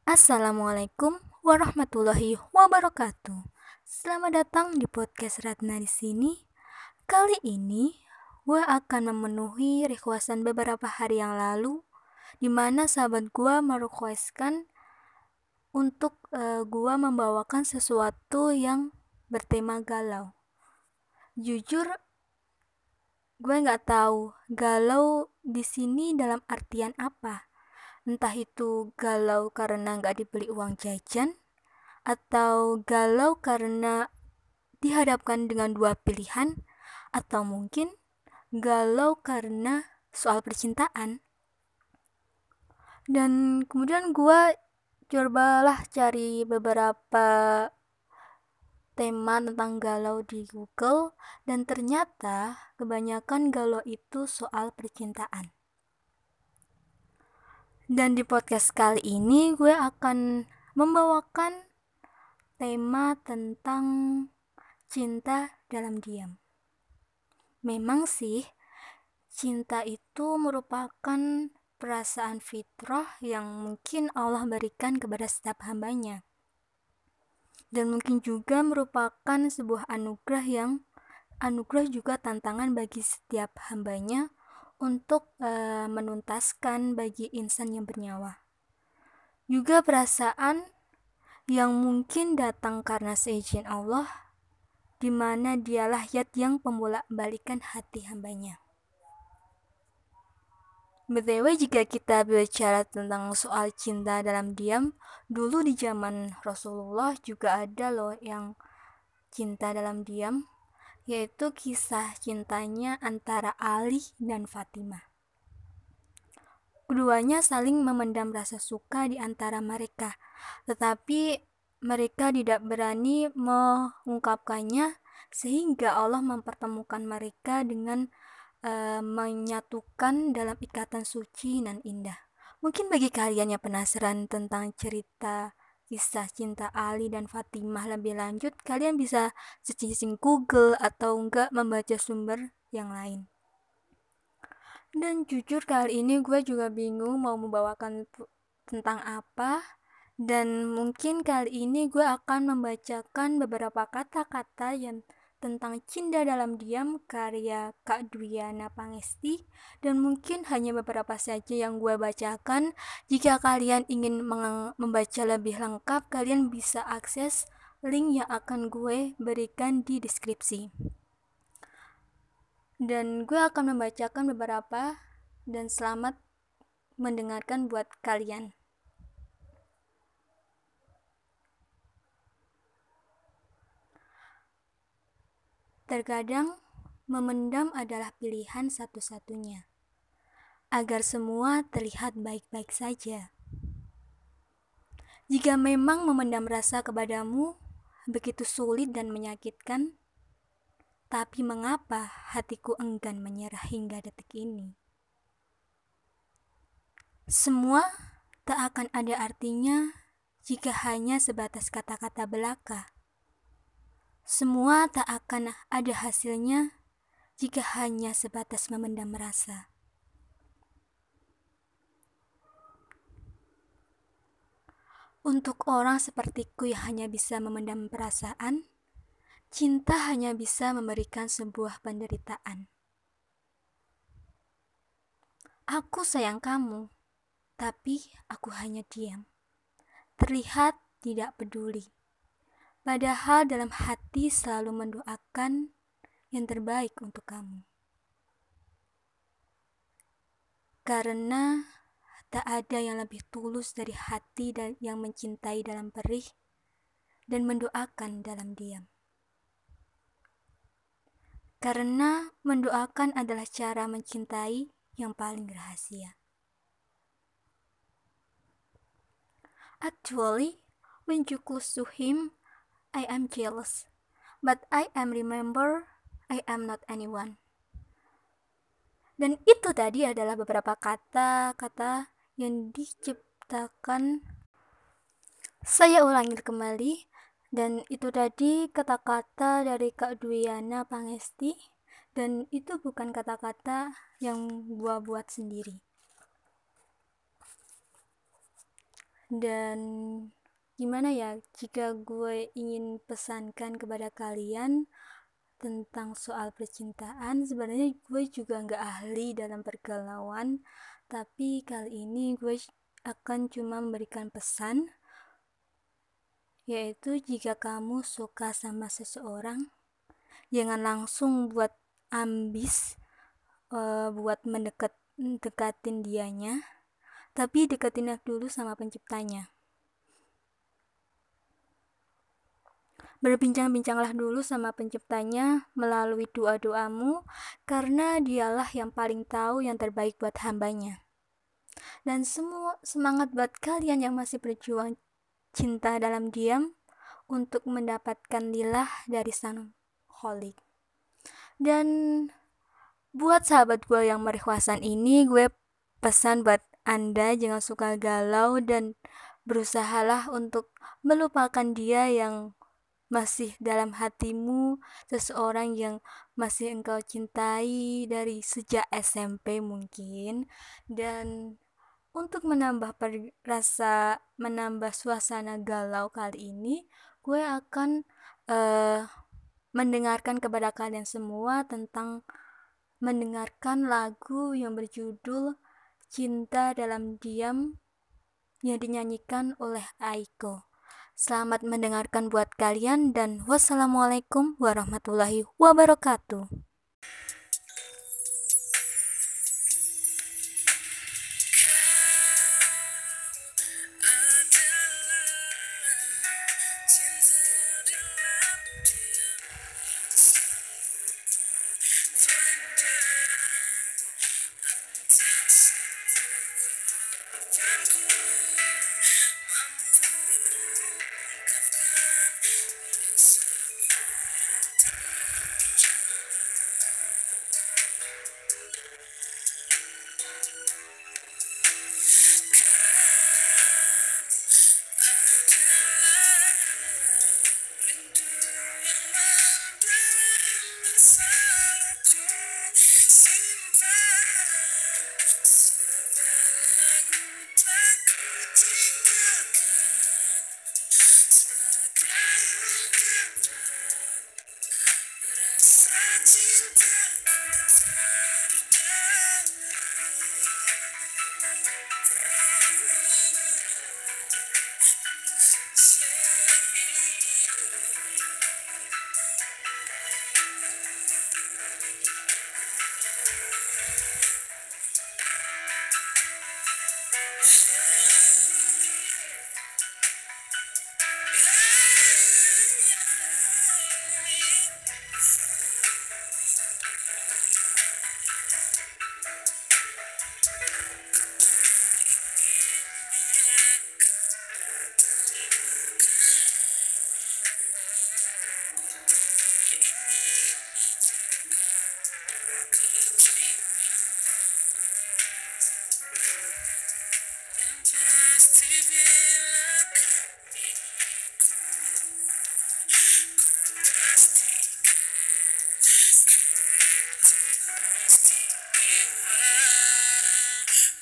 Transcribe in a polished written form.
Assalamualaikum warahmatullahi wabarakatuh. Selamat datang di podcast Ratna di sini. Kali ini gue akan memenuhi requestan beberapa hari yang lalu, di mana sahabat gue merequestkan untuk gue membawakan sesuatu yang bertema galau. Jujur, gue nggak tahu galau di sini dalam artian apa. Entah itu galau karena nggak dibeli uang jajan, atau galau karena dihadapkan dengan dua pilihan, atau mungkin galau karena soal percintaan. Dan kemudian gue cobalah cari beberapa tema tentang galau di Google, dan ternyata kebanyakan galau itu soal percintaan. Dan di podcast kali ini gue akan membawakan tema tentang cinta dalam diam. Memang sih, cinta itu merupakan perasaan fitrah yang mungkin Allah berikan kepada setiap hambanya. Dan mungkin juga merupakan sebuah anugerah juga tantangan bagi setiap hambanya untuk menuntaskan bagi insan yang bernyawa. Juga perasaan yang mungkin datang karena seizin Allah, di mana dialah Zat yang pembolak-balikan hati hambanya. BTW, jika kita bicara tentang soal cinta dalam diam, dulu di zaman Rasulullah juga ada loh yang cinta dalam diam, yaitu kisah cintanya antara Ali dan Fatimah. Keduanya saling memendam rasa suka di antara mereka, tetapi mereka tidak berani mengungkapkannya, sehingga Allah mempertemukan mereka dengan menyatukan dalam ikatan suci dan indah. Mungkin bagi kalian yang penasaran tentang cerita kisah cinta Ali dan Fatimah lebih lanjut, kalian bisa searching Google atau enggak membaca sumber yang lain. Dan jujur kali ini gue juga bingung mau membawakan tentang apa, dan mungkin kali ini gue akan membacakan beberapa kata-kata yang tentang cinta dalam diam karya Kak Dwiana Pangesti, dan mungkin hanya beberapa saja yang gue bacakan. Jika kalian ingin membaca lebih lengkap, kalian bisa akses link yang akan gue berikan di deskripsi. Dan gue akan membacakan beberapa, dan selamat mendengarkan buat kalian. Terkadang memendam adalah pilihan satu-satunya, agar semua terlihat baik-baik saja. Jika memang memendam rasa kepadamu begitu sulit dan menyakitkan, tapi mengapa hatiku enggan menyerah hingga detik ini? Semua tak akan ada artinya jika hanya sebatas kata-kata belaka. Semua tak akan ada hasilnya jika hanya sebatas memendam rasa. Untuk orang sepertiku yang hanya bisa memendam perasaan, cinta hanya bisa memberikan sebuah penderitaan. Aku sayang kamu, tapi aku hanya diam. Terlihat tidak peduli. Padahal dalam hati selalu mendoakan yang terbaik untuk kamu. Karena tak ada yang lebih tulus dari hati dan yang mencintai dalam perih dan mendoakan dalam diam. Karena mendoakan adalah cara mencintai yang paling rahasia. Actually, when you close to him, I am jealous, but I am remember I am not anyone. Dan itu tadi adalah beberapa kata-kata yang diciptakan. Saya ulangi kembali, dan itu tadi kata-kata dari Kak Dwiana Pangesti, dan itu bukan kata-kata yang gua buat sendiri. Dan gimana ya, jika gue ingin pesankan kepada kalian tentang soal percintaan, sebenarnya gue juga nggak ahli dalam pergalauan, tapi kali ini gue akan cuma memberikan pesan, yaitu jika kamu suka sama seseorang, jangan langsung buat ambis buat mendekatin dianya, tapi deketin dulu sama penciptanya. Berbincang-bincanglah dulu sama penciptanya melalui doa-doamu, karena dialah yang paling tahu yang terbaik buat hambanya. Dan semua semangat buat kalian yang masih berjuang cinta dalam diam untuk mendapatkan lillah dari sang kholik. Dan buat sahabat gue yang merihwasan ini, gue pesan buat Anda jangan suka galau dan berusahalah untuk melupakan dia yang masih dalam hatimu, seseorang yang masih engkau cintai dari sejak SMP mungkin. Dan untuk menambah suasana galau kali ini, gue akan mendengarkan kepada kalian semua tentang mendengarkan lagu yang berjudul Cinta Dalam Diam yang dinyanyikan oleh Aiko. Selamat mendengarkan buat kalian dan wassalamualaikum warahmatullahi wabarakatuh.